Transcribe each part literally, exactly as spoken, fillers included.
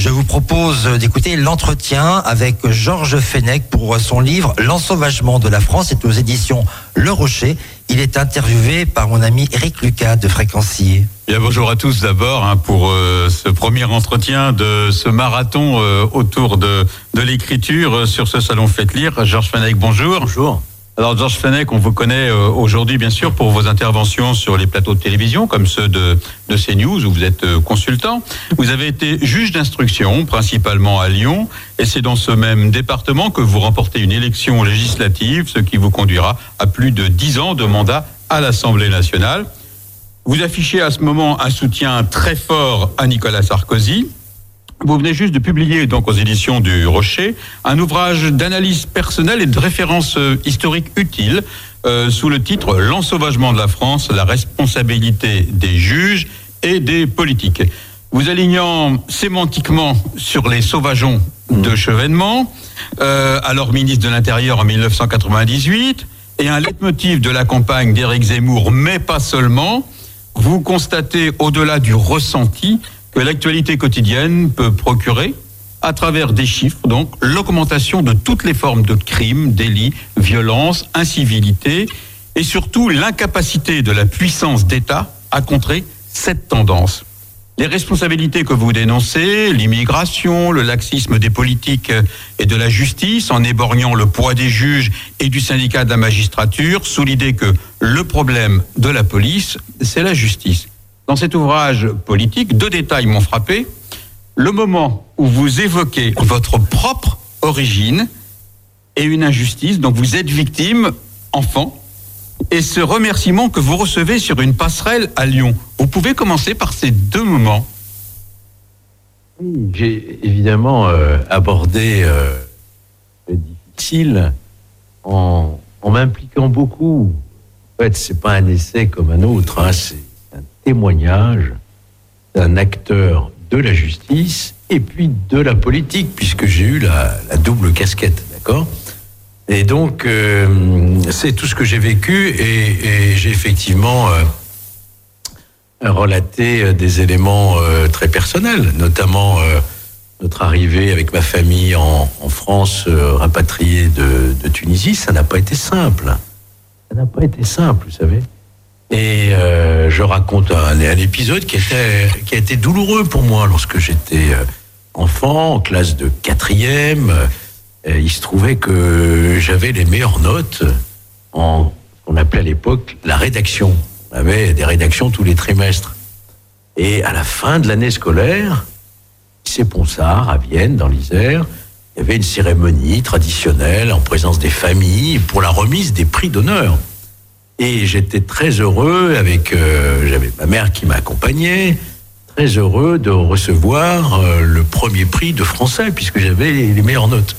Je vous propose d'écouter l'entretien avec Georges Fenech pour son livre « L'ensauvagement de la France ». C'est aux éditions Le Rocher. Il est interviewé par mon ami Éric Lucas de Fréquencier. Bien, bonjour à tous d'abord hein, pour euh, ce premier entretien de ce marathon euh, autour de, de l'écriture euh, sur ce salon Faites Lire. Georges Fenech, bonjour. Bonjour. Alors Georges Fenech, on vous connaît euh, aujourd'hui bien sûr pour vos interventions sur les plateaux de télévision comme ceux de, de CNews où vous êtes euh, consultant. Vous avez été juge d'instruction principalement à Lyon et c'est dans ce même département que vous remportez une élection législative, ce qui vous conduira à plus de dix ans de mandat à l'Assemblée nationale. Vous affichez à ce moment un soutien très fort à Nicolas Sarkozy. Vous venez juste de publier, donc aux éditions du Rocher, un ouvrage d'analyse personnelle et de référence historique utile euh, sous le titre « L'ensauvagement de la France, la responsabilité des juges et des politiques ». Vous alignant sémantiquement sur les sauvageons de Chevènement, euh, alors ministre de l'Intérieur en dix-neuf cent quatre-vingt-dix-huit, et un leitmotiv de la campagne d'Éric Zemmour, mais pas seulement, vous constatez au-delà du ressenti que l'actualité quotidienne peut procurer, à travers des chiffres, donc, l'augmentation de toutes les formes de crimes, délits, violences, incivilités, et surtout l'incapacité de la puissance d'État à contrer cette tendance. Les responsabilités que vous dénoncez, l'immigration, le laxisme des politiques et de la justice, en éborgnant le poids des juges et du syndicat de la magistrature, sous l'idée que le problème de la police, c'est la justice. Dans cet ouvrage politique, deux détails m'ont frappé. Le moment où vous évoquez votre propre origine et une injustice dont vous êtes victime, enfant, et ce remerciement que vous recevez sur une passerelle à Lyon. Vous pouvez commencer par ces deux moments. Oui, j'ai évidemment euh, abordé euh, le difficile en, en m'impliquant beaucoup. En fait, c'est pas un essai comme un autre, hein, c'est un témoignage d'un acteur de la justice et puis de la politique, puisque j'ai eu la, la double casquette, d'accord ? Et donc, euh, c'est tout ce que j'ai vécu et, et j'ai effectivement euh, relaté des éléments euh, très personnels, notamment euh, notre arrivée avec ma famille en, en France, euh, rapatriée de, de Tunisie. Ça n'a pas été simple. Ça n'a pas été simple, vous savez. Et euh, je raconte un, un épisode qui, était, qui a été douloureux pour moi lorsque j'étais enfant, en classe de quatrième. Il se trouvait que j'avais les meilleures notes en ce qu'on appelait à l'époque la rédaction. On avait des rédactions tous les trimestres. Et à la fin de l'année scolaire, lycée Ponsard, à Vienne, dans l'Isère, il y avait une cérémonie traditionnelle en présence des familles pour la remise des prix d'honneur. Et j'étais très heureux avec, euh, j'avais ma mère qui m'accompagnait, très heureux de recevoir euh, le premier prix de français puisque j'avais les, les meilleures notes.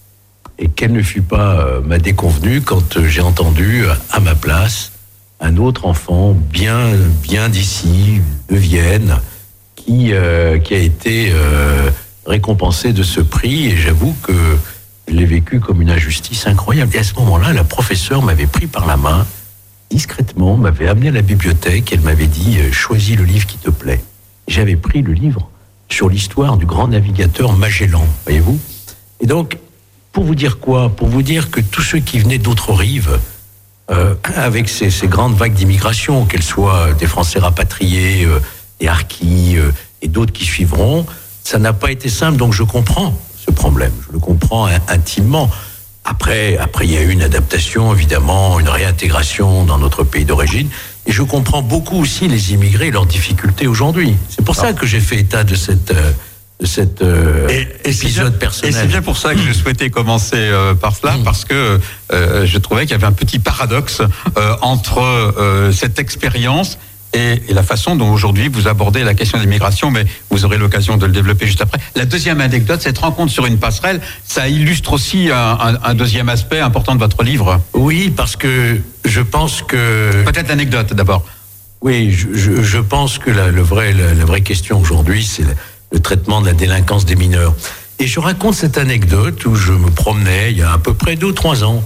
Et quelle ne fut pas euh, ma déconvenue quand euh, j'ai entendu euh, à ma place un autre enfant bien, bien d'ici, de Vienne, qui, euh, qui a été euh, récompensé de ce prix. Et j'avoue que je l'ai vécu comme une injustice incroyable. Et à ce moment-là, la professeure m'avait pris par la main, discrètement, m'avait amené à la bibliothèque. Elle m'avait dit euh, « Choisis le livre qui te plaît ». J'avais pris le livre sur l'histoire du grand navigateur Magellan, voyez-vous. Et donc, pour vous dire quoi ? Pour vous dire que tous ceux qui venaient d'autres rives, euh, avec ces, ces grandes vagues d'immigration, qu'elles soient des Français rapatriés, euh, des Harkis euh, et d'autres qui suivront, ça n'a pas été simple. Donc je comprends ce problème, je le comprends intimement. Après, après, il y a eu une adaptation, évidemment, une réintégration dans notre pays d'origine. Et je comprends beaucoup aussi les immigrés et leurs difficultés aujourd'hui. C'est pour ça que j'ai fait état de cette... Euh, de cet euh, et, et épisode bien, personnel. Et c'est bien pour ça que je souhaitais commencer euh, par cela, mmh. parce que euh, je trouvais qu'il y avait un petit paradoxe euh, entre euh, cette expérience et, et la façon dont aujourd'hui vous abordez la question de l'immigration, mais vous aurez l'occasion de le développer juste après. La deuxième anecdote, cette rencontre sur une passerelle, ça illustre aussi un, un, un deuxième aspect important de votre livre. Oui, parce que je pense que... Peut-être l'anecdote d'abord. Oui, je, je, je pense que la, le vrai, la, la vraie question aujourd'hui, c'est... La, le traitement de la délinquance des mineurs. Et je raconte cette anecdote où je me promenais il y a à peu près deux ou trois ans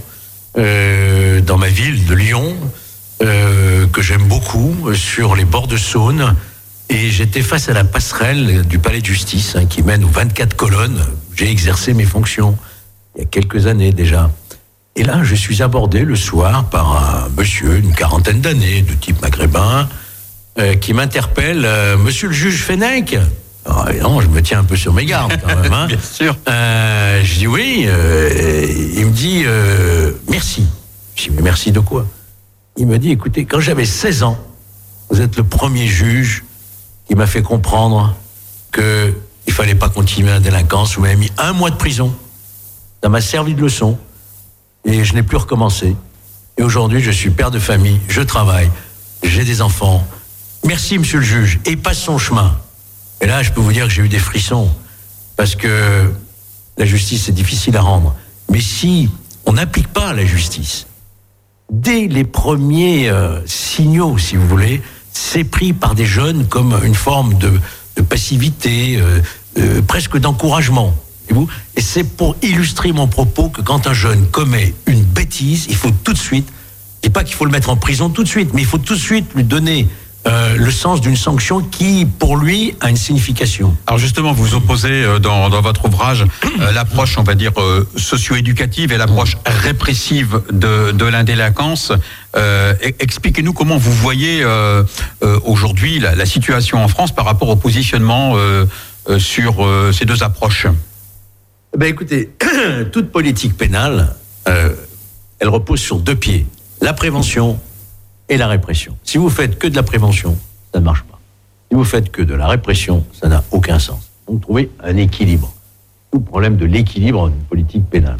euh, dans ma ville de Lyon, euh, que j'aime beaucoup, sur les bords de Saône. Et j'étais face à la passerelle du palais de justice, hein, qui mène aux vingt-quatre colonnes. J'ai exercé mes fonctions il y a quelques années déjà. Et là, je suis abordé le soir par un monsieur, une quarantaine d'années, de type maghrébin, euh, qui m'interpelle, euh, Monsieur le juge Fenech. Alors, non, je me tiens un peu sur mes gardes quand même. Hein. Bien sûr. Euh, je dis oui. Euh, il me dit euh, merci. Je dis mais merci de quoi? Il me dit écoutez, quand j'avais seize ans, vous êtes le premier juge qui m'a fait comprendre que il fallait pas continuer la délinquance. Vous m'avez mis un mois de prison. Ça m'a servi de leçon. Et je n'ai plus recommencé. Et aujourd'hui, je suis père de famille, je travaille, j'ai des enfants. Merci, monsieur le juge. Et passe son chemin. Et là, je peux vous dire que j'ai eu des frissons. Parce que la justice, c'est difficile à rendre. Mais si on n'applique pas la justice, dès les premiers euh, signaux, si vous voulez, c'est pris par des jeunes comme une forme de, de passivité, euh, euh, presque d'encouragement. Et c'est pour illustrer mon propos que quand un jeune commet une bêtise, il faut tout de suite, je dis pas qu'il faut le mettre en prison tout de suite, mais il faut tout de suite lui donner euh, le sens d'une sanction qui, pour lui, a une signification. Alors justement, vous opposez euh, dans, dans votre ouvrage euh, l'approche, on va dire, euh, socio-éducative et l'approche répressive de, de l'indélinquance. Euh, expliquez-nous comment vous voyez euh, euh, aujourd'hui la, la situation en France par rapport au positionnement euh, euh, sur euh, ces deux approches. Ben écoutez, toute politique pénale, euh, elle repose sur deux pieds, la prévention et la répression. Si vous faites que de la prévention, ça ne marche pas. Si vous faites que de la répression, ça n'a aucun sens. Donc trouvez un équilibre. Tout le problème de l'équilibre d'une politique pénale.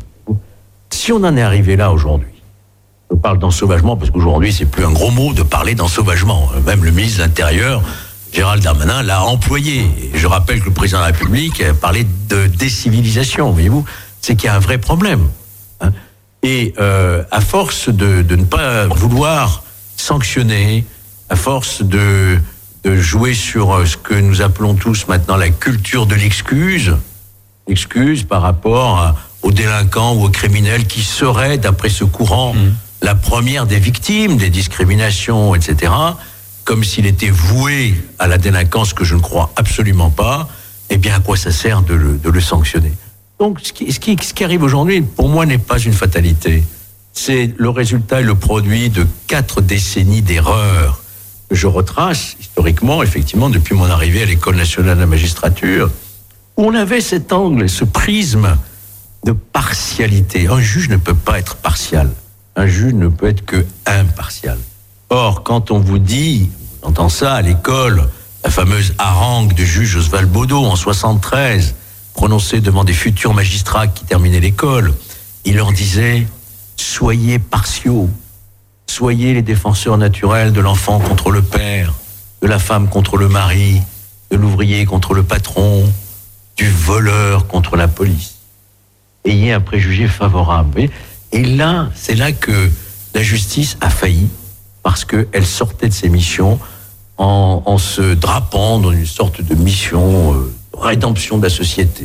Si on en est arrivé là aujourd'hui, je parle d'ensauvagement parce qu'aujourd'hui c'est plus un gros mot de parler d'ensauvagement. Même le ministre de l'Intérieur, Gérald Darmanin, l'a employé. Et je rappelle que le président de la République parlait de décivilisation, voyez-vous. C'est qu'il y a un vrai problème. Hein. Et euh, à force de, de ne pas vouloir sanctionner, à force de, de jouer sur ce que nous appelons tous maintenant la culture de l'excuse, l'excuse par rapport à, aux délinquants ou aux criminels qui seraient, d'après ce courant, mmh. la première des victimes des discriminations, et cetera, comme s'il était voué à la délinquance, que je ne crois absolument pas, eh bien, à quoi ça sert de le, de le sanctionner? Donc, ce qui, ce, qui, ce qui arrive aujourd'hui, pour moi, n'est pas une fatalité. C'est le résultat et le produit de quatre décennies d'erreurs que je retrace, historiquement, effectivement, depuis mon arrivée à l'École nationale de la magistrature, où on avait cet angle, ce prisme de partialité. Un juge ne peut pas être partial. Un juge ne peut être que impartial. Or, quand on vous dit, on entend ça à l'école, la fameuse harangue du juge Oswald Baudot en soixante-treize, prononcée devant des futurs magistrats qui terminaient l'école, il leur disait « Soyez partiaux, soyez les défenseurs naturels de l'enfant contre le père, de la femme contre le mari, de l'ouvrier contre le patron, du voleur contre la police. Ayez un préjugé favorable. » Et là, c'est là que la justice a failli, parce qu'elle sortait de ses missions en, en se drapant dans une sorte de mission euh, de rédemption de la société.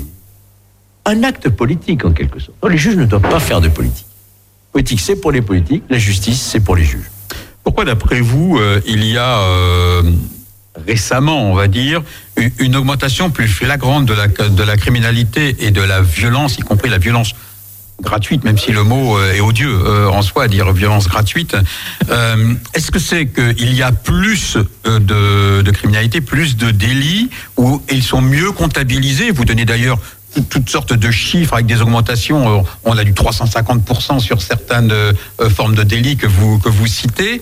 Un acte politique, en quelque sorte. Non, les juges ne doivent pas faire de politique. Politique, c'est pour les politiques, la justice, c'est pour les juges. Pourquoi, d'après vous, euh, il y a euh, récemment, on va dire, une augmentation plus flagrante de la, de la criminalité et de la violence, y compris la violence gratuite, même si le mot est odieux euh, en soi, à dire violence gratuite. Euh, est-ce que c'est qu'il y a plus de, de criminalité, plus de délits, où ils sont mieux comptabilisés? Vous donnez d'ailleurs toutes sortes de chiffres avec des augmentations. On a du trois cent cinquante pour cent sur certaines euh, formes de délits que vous, que vous citez.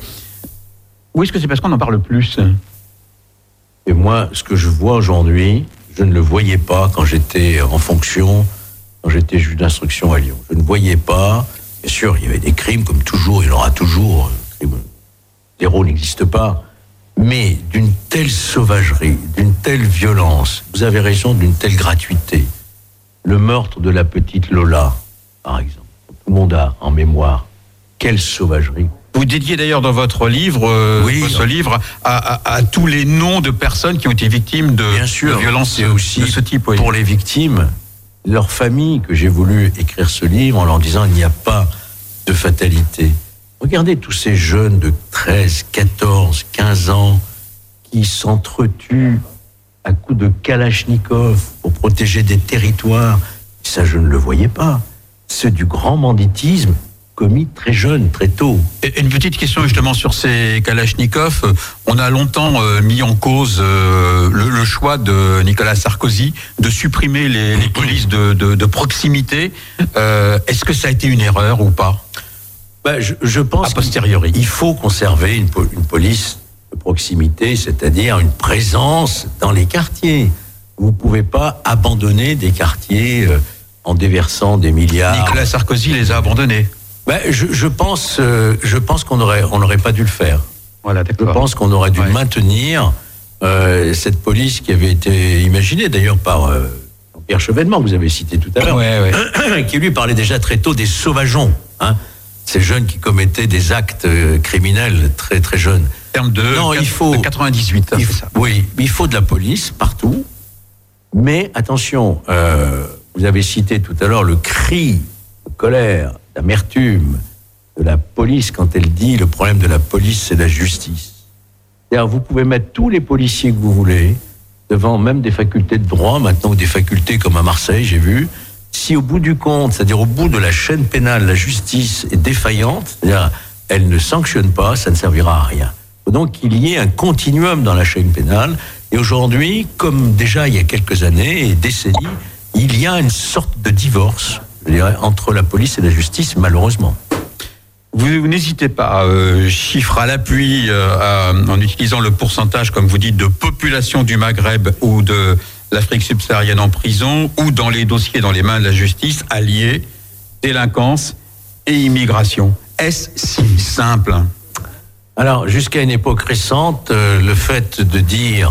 Ou est-ce que c'est parce qu'on en parle plus? Et moi, ce que je vois aujourd'hui, je ne le voyais pas quand j'étais en fonction, quand j'étais juge d'instruction à Lyon. Je ne voyais pas, bien sûr, il y avait des crimes, comme toujours, il y en aura toujours, zéro n'existe pas, mais d'une telle sauvagerie, d'une telle violence, vous avez raison, d'une telle gratuité. Le meurtre de la petite Lola, par exemple, tout le monde a en mémoire, quelle sauvagerie. Vous dédiez d'ailleurs dans votre livre, euh, oui, ce livre, à, à, à tous les noms de personnes qui ont été victimes de, bien sûr, de violences c'est aussi de ce type. Oui. Pour les victimes, leur famille, que j'ai voulu écrire ce livre en leur disant il n'y a pas de fatalité. Regardez tous ces jeunes de treize, quatorze, quinze ans qui s'entretuent à coups de Kalachnikov pour protéger des territoires, ça je ne le voyais pas. C'est du grand banditisme commis très jeune, très tôt. Et une petite question justement sur ces Kalachnikov. On a longtemps euh, mis en cause euh, le, le choix de Nicolas Sarkozy de supprimer les, les polices de, de, de proximité. Euh, est-ce que ça a été une erreur ou pas? Ben, je, je pense a posteriori. qu'il faut conserver une, une police de proximité, c'est-à-dire une présence dans les quartiers. Vous ne pouvez pas abandonner des quartiers euh, en déversant des milliards. Nicolas Sarkozy les a abandonnés. Ben, je, je pense, euh, je pense qu'on aurait, on n'aurait pas dû le faire. Voilà, d'accord. Je pense qu'on aurait dû ouais. maintenir euh, cette police qui avait été imaginée d'ailleurs par euh, Pierre Chevènement, que vous avez cité tout à l'heure, ouais, ouais. qui lui parlait déjà très tôt des sauvageons, hein, ces jeunes qui commettaient des actes euh, criminels très très jeunes. En termes de, non, quatre, il faut, de quatre-vingt-dix-huit. Il hein, faut, c'est ça. Oui, il faut de la police partout, mais attention, euh, vous avez cité tout à l'heure le cri de colère, d'amertume de la police quand elle dit le problème de la police, c'est la justice. C'est-à-dire, vous pouvez mettre tous les policiers que vous voulez devant même des facultés de droit, maintenant, ou des facultés comme à Marseille, j'ai vu. Si au bout du compte, c'est-à-dire au bout de la chaîne pénale, la justice est défaillante, c'est-à-dire elle ne sanctionne pas, ça ne servira à rien. Il faut donc qu'il y ait un continuum dans la chaîne pénale. Et aujourd'hui, comme déjà il y a quelques années et décennies, il y a une sorte de divorce, je dirais, entre la police et la justice, malheureusement. Vous, vous n'hésitez pas, euh, chiffre à l'appui, euh, à, en utilisant le pourcentage, comme vous dites, de population du Maghreb ou de l'Afrique subsaharienne en prison, ou dans les dossiers dans les mains de la justice, alliés, délinquance et immigration. Est-ce si simple? Alors, jusqu'à une époque récente, euh, le fait de dire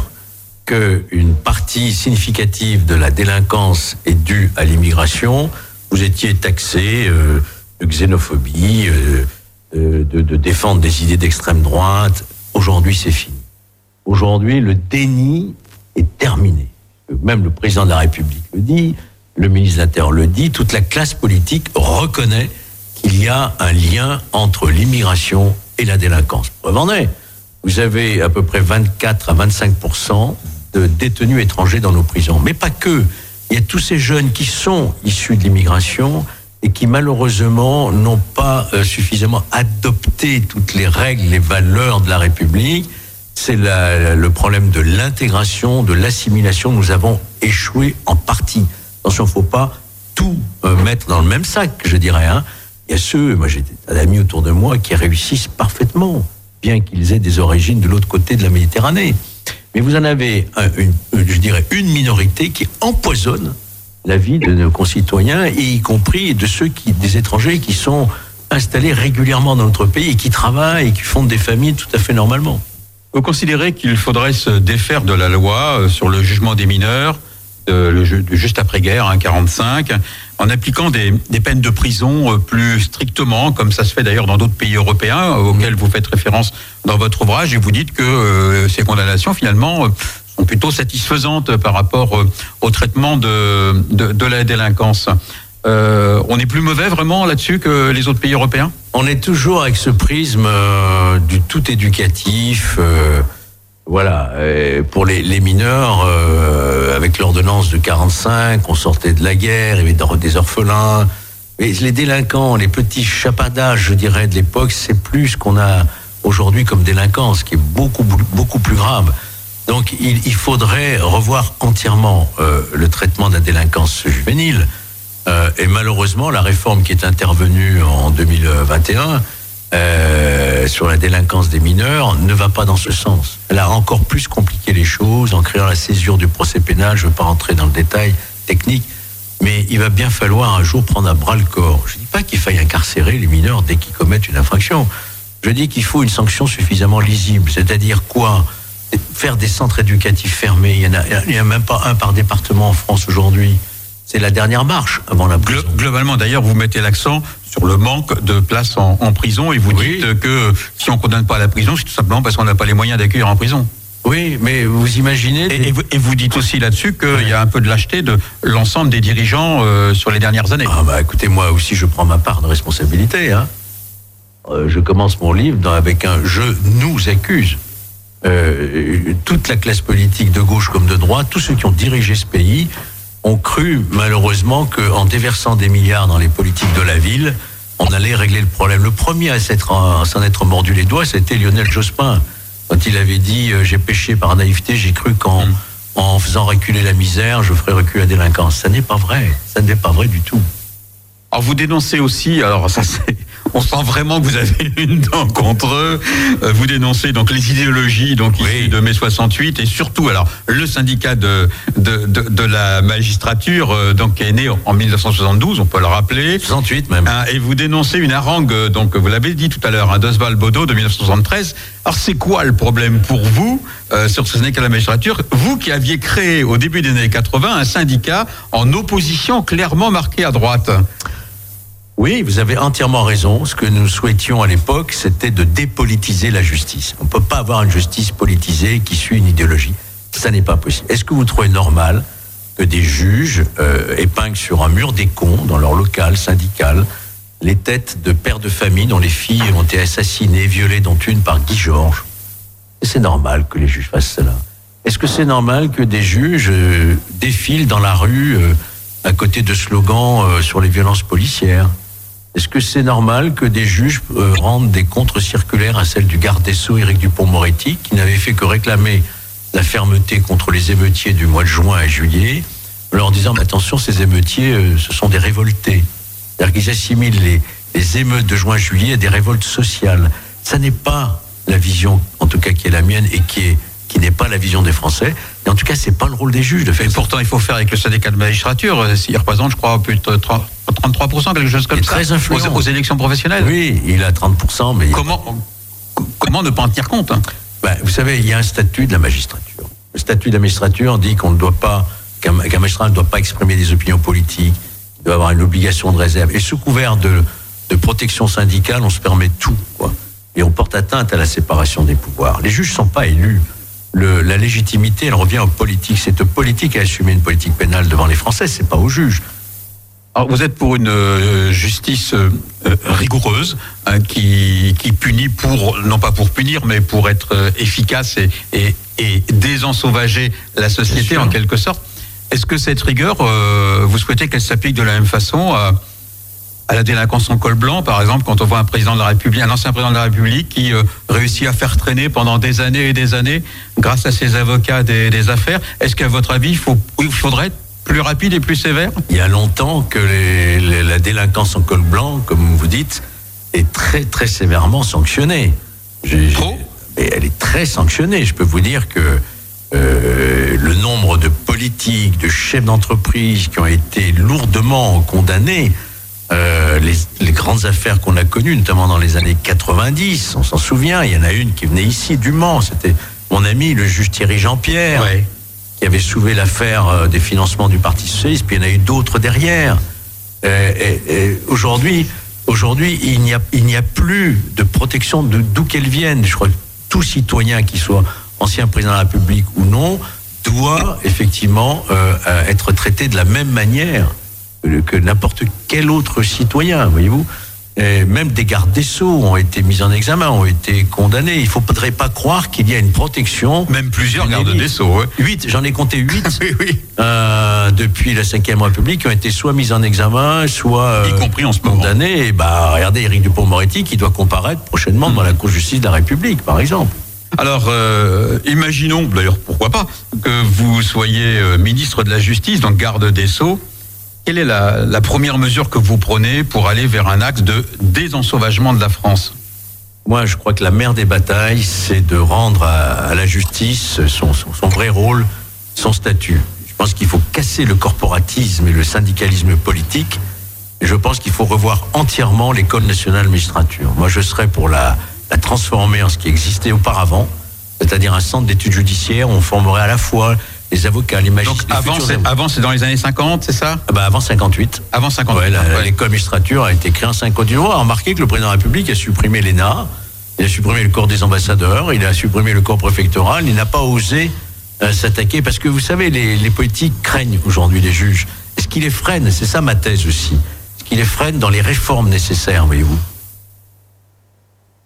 qu'une partie significative de la délinquance est due à l'immigration, vous étiez taxé euh, de xénophobie, euh, de, de, de défendre des idées d'extrême droite. Aujourd'hui, c'est fini. Aujourd'hui, le déni est terminé. Même le président de la République le dit, le ministre de l'Intérieur le dit, toute la classe politique reconnaît qu'il y a un lien entre l'immigration et la délinquance. Preuve en est, vous avez à peu près vingt-quatre à vingt-cinq pour cent de détenus étrangers dans nos prisons. Mais pas que. Il y a tous ces jeunes qui sont issus de l'immigration et qui malheureusement n'ont pas euh, suffisamment adopté toutes les règles, les valeurs de la République. C'est la, le problème de l'intégration, de l'assimilation. Nous avons échoué en partie. Attention, il ne faut pas tout euh, mettre dans le même sac, je dirais. Hein. Il y a ceux, moi j'ai des amis autour de moi qui réussissent parfaitement, bien qu'ils aient des origines de l'autre côté de la Méditerranée. Mais vous en avez, un, une, je dirais, une minorité qui empoisonne la vie de nos concitoyens, et y compris de ceux qui, des étrangers qui sont installés régulièrement dans notre pays et qui travaillent et qui fondent des familles tout à fait normalement. Vous considérez qu'il faudrait se défaire de la loi sur le jugement des mineurs, de, le, de juste après-guerre, hein, quarante-cinq, en appliquant des, des peines de prison plus strictement, comme ça se fait d'ailleurs dans d'autres pays européens, auxquels vous faites référence dans votre ouvrage, et vous dites que euh, ces condamnations, finalement, sont plutôt satisfaisantes par rapport euh, au traitement de, de, de la délinquance. Euh, on est plus mauvais vraiment là-dessus que les autres pays européens? On est toujours avec ce prisme euh, du tout éducatif. Euh, voilà, et pour les, les mineurs, euh, avec l'ordonnance de quarante-cinq, on sortait de la guerre, il y avait des orphelins. Mais les délinquants, les petits chapardages, je dirais, de l'époque, c'est plus ce qu'on a aujourd'hui comme délinquance, qui est beaucoup, beaucoup plus grave. Donc il, il faudrait revoir entièrement euh, le traitement de la délinquance juvénile. Euh, et malheureusement, la réforme qui est intervenue en deux mille vingt et un euh, sur la délinquance des mineurs ne va pas dans ce sens. Elle a encore plus compliqué les choses en créant la césure du procès pénal. Je ne veux pas rentrer dans le détail technique, mais il va bien falloir un jour prendre à bras le corps. Je ne dis pas qu'il faille incarcérer les mineurs dès qu'ils commettent une infraction. Je dis qu'il faut une sanction suffisamment lisible. C'est-à-dire quoi? Faire des centres éducatifs fermés. Il n'y en a même pas un par département en France aujourd'hui. C'est la dernière marche avant la prison. Globalement, d'ailleurs, vous mettez l'accent sur le manque de places en, en prison, et vous oui. dites que si on ne condamne pas à la prison, c'est tout simplement parce qu'on n'a pas les moyens d'accueillir en prison. Oui, mais vous imaginez... Et, et, vous, et vous dites aussi là-dessus qu'il oui. y a un peu de lâcheté de l'ensemble des dirigeants euh, sur les dernières années. Ah bah écoutez, moi aussi je prends ma part de responsabilité. Hein. Euh, je commence mon livre dans, avec un « je nous accuse ». euh, toute la classe politique de gauche comme de droite, tous ceux qui ont dirigé ce pays, ont cru malheureusement qu'en déversant des milliards dans les politiques de la ville, on allait régler le problème. Le premier à, à s'en être mordu les doigts, c'était Lionel Jospin. Quand il avait dit euh, « j'ai péché par naïveté, j'ai cru qu'en mmh. en faisant reculer la misère, je ferais reculer la délinquance ». Ça n'est pas vrai, ça n'est pas vrai du tout. Alors vous dénoncez aussi, alors ça c'est, on sent vraiment que vous avez une dent contre eux. Vous dénoncez donc les idéologies donc issues oui. de mai soixante-huit et surtout alors le syndicat de de de, de la magistrature donc qui est né en dix-neuf cent soixante-douze, on peut le rappeler. soixante-huit même. Hein, et vous dénoncez une harangue donc vous l'avez dit tout à l'heure, hein, d'Oswald Bodo de dix-neuf cent soixante-treize. Alors c'est quoi le problème pour vous euh, sur ce syndicat de la magistrature, vous qui aviez créé au début des années quatre-vingts un syndicat en opposition clairement marqué à droite? Oui, vous avez entièrement raison. Ce que nous souhaitions à l'époque, c'était de dépolitiser la justice. On ne peut pas avoir une justice politisée qui suit une idéologie. Ça n'est pas possible. Est-ce que vous trouvez normal que des juges euh, épinglent sur un mur des cons, dans leur local syndical, les têtes de pères de famille dont les filles ont été assassinées, violées, dont une par Guy Georges? C'est normal que les juges fassent cela. Est-ce que c'est normal que des juges euh, défilent dans la rue euh, à côté de slogans euh, sur les violences policières? Est-ce que c'est normal que des juges euh, rendent des contre-circulaires à celle du garde des Sceaux, Éric Dupond-Moretti, qui n'avait fait que réclamer la fermeté contre les émeutiers du mois de juin et juillet, en leur disant, attention, ces émeutiers, euh, ce sont des révoltés. C'est-à-dire qu'ils assimilent les, les émeutes de juin-juillet à des révoltes sociales. Ça n'est pas la vision, en tout cas qui est la mienne, et qui est qui n'est pas la vision des Français. Et en tout cas, c'est pas le rôle des juges de faire. Et pourtant, il faut faire avec le syndicat de magistrature. Il représente, je crois, plus de trente-trois pour cent, quelque chose comme ça. Très influent. Aux, aux élections professionnelles. Oui, il a trente pour cent, mais comment comment ne pas en tenir compte, hein? Ben, vous savez, il y a un statut de la magistrature. Le statut de la magistrature dit qu'on ne doit pas, qu'un, qu'un magistrat ne doit pas exprimer des opinions politiques, il doit avoir une obligation de réserve. Et sous couvert de, de protection syndicale, on se permet tout, quoi. Et on porte atteinte à la séparation des pouvoirs. Les juges ne sont pas élus. Le, la légitimité, elle revient aux politiques. C'est aux politiques qui a assumé une politique pénale devant les Français, c'est pas aux juges. Alors vous êtes pour une euh, justice euh, rigoureuse hein, qui, qui punit pour, non pas pour punir, mais pour être euh, efficace et, et, et désensauvager la société en quelque sorte. Est-ce que cette rigueur, euh, vous souhaitez qu'elle s'applique de la même façon à, à la délinquance en col blanc, par exemple, quand on voit un président de la République, un ancien président de la République qui euh, réussit à faire traîner pendant des années et des années, grâce à ses avocats, des, des affaires? Est-ce qu'à votre avis, il, faut, il faudrait être plus rapide et plus sévère? Il y a longtemps que les, les, la délinquance en col blanc, comme vous dites, est très très sévèrement sanctionnée. J'ai, Trop mais elle est très sanctionnée. Je peux vous dire que euh, le nombre de politiques, de chefs d'entreprise qui ont été lourdement condamnés, euh, les, les grandes affaires qu'on a connues, notamment dans les années quatre-vingt-dix, on s'en souvient, il y en a une qui venait ici, du Mans, c'était mon ami le juge Thierry Jean-Pierre. Ouais. Qui avait soulevé l'affaire des financements du Parti socialiste, puis il y en a eu d'autres derrière. Et, et, et aujourd'hui, aujourd'hui, il n'y a, il n'y a plus de protection de d'où qu'elle vienne. Je crois que tout citoyen, qui soit ancien président de la République ou non, doit effectivement euh, être traité de la même manière que, que n'importe quel autre citoyen, voyez-vous. Et même des gardes des Sceaux ont été mis en examen, ont été condamnés. Il ne faudrait pas croire qu'il y a une protection. Même plusieurs gardes des Sceaux. Ouais. Huit, j'en ai compté huit oui, oui. Euh, depuis la cinquième République qui ont été soit mis en examen, soit euh, y compris en ce condamnés. moment. Et bah, regardez Éric Dupond-Moretti qui doit comparaître prochainement mmh. dans la Cour de justice de la République, par exemple. Alors, euh, imaginons, d'ailleurs, pourquoi pas, que vous soyez euh, ministre de la Justice, donc garde des Sceaux. Quelle est la, la première mesure que vous prenez pour aller vers un axe de désensauvagement de la France? Moi, je crois que la mère des batailles, c'est de rendre à, à la justice son, son, son vrai rôle, son statut. Je pense qu'il faut casser le corporatisme et le syndicalisme politique. Et je pense qu'il faut revoir entièrement l'École nationale de magistrature. Moi, je serais pour la, la transformer en ce qui existait auparavant, c'est-à-dire un centre d'études judiciaires où on formerait à la fois les avocats, les magistrats. Donc avant, c'est, avant, c'est dans les années cinquante, c'est ça? Ah bah avant cinquante-huit. Avant cinquante-huit. Ouais, la, ouais. L'école de magistrature a été créée en cinquante-huit. On a remarqué que le président de la République a supprimé l'E N A, il a supprimé le corps des ambassadeurs, il a supprimé le corps préfectoral, il n'a pas osé euh, s'attaquer, parce que vous savez, les, les politiques craignent aujourd'hui les juges. Est-ce qu'il les freine? C'est ça ma thèse aussi. Est-ce qu'il les freine dans les réformes nécessaires, voyez-vous?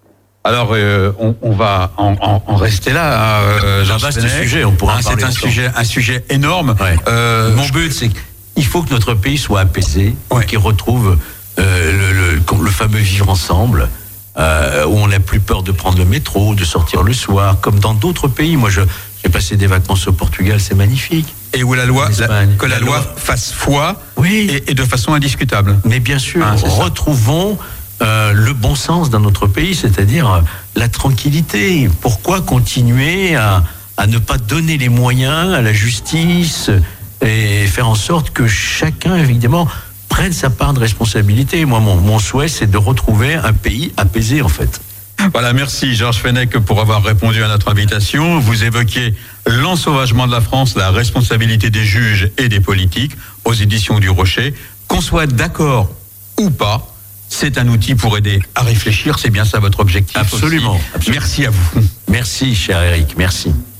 Alors, euh, on, on va en, en, en rester là. Euh, un vaste sujet, on pourra hein, en parler C'est un longtemps. sujet, un sujet énorme. Ouais. Euh, Mon but, c'est qu'il faut que notre pays soit apaisé, Ouais. qu'il retrouve euh, le, le, le fameux vivre ensemble, euh, où on n'a plus peur de prendre le métro, de sortir le soir, comme dans d'autres pays. Moi, je, j'ai passé des vacances au Portugal, c'est magnifique. et où la loi, En la, Espagne. que la, La loi, loi fasse foi Oui. et, et de façon indiscutable. Mais bien sûr, Ah, c'est ça. retrouvons euh, le bon sens dans notre pays, c'est-à-dire euh, la tranquillité. Pourquoi continuer à, à ne pas donner les moyens à la justice et faire en sorte que chacun, évidemment, prenne sa part de responsabilité. Moi, mon, mon souhait, c'est de retrouver un pays apaisé, en fait. Voilà, merci Georges Fenech pour avoir répondu à notre invitation. Vous évoquiez l'ensauvagement de la France, la responsabilité des juges et des politiques aux éditions du Rocher. Qu'on soit d'accord ou pas, c'est un outil pour aider à réfléchir. C'est bien ça votre objectif. Absolument, aussi. absolument. Merci à vous. Merci, cher Eric, merci.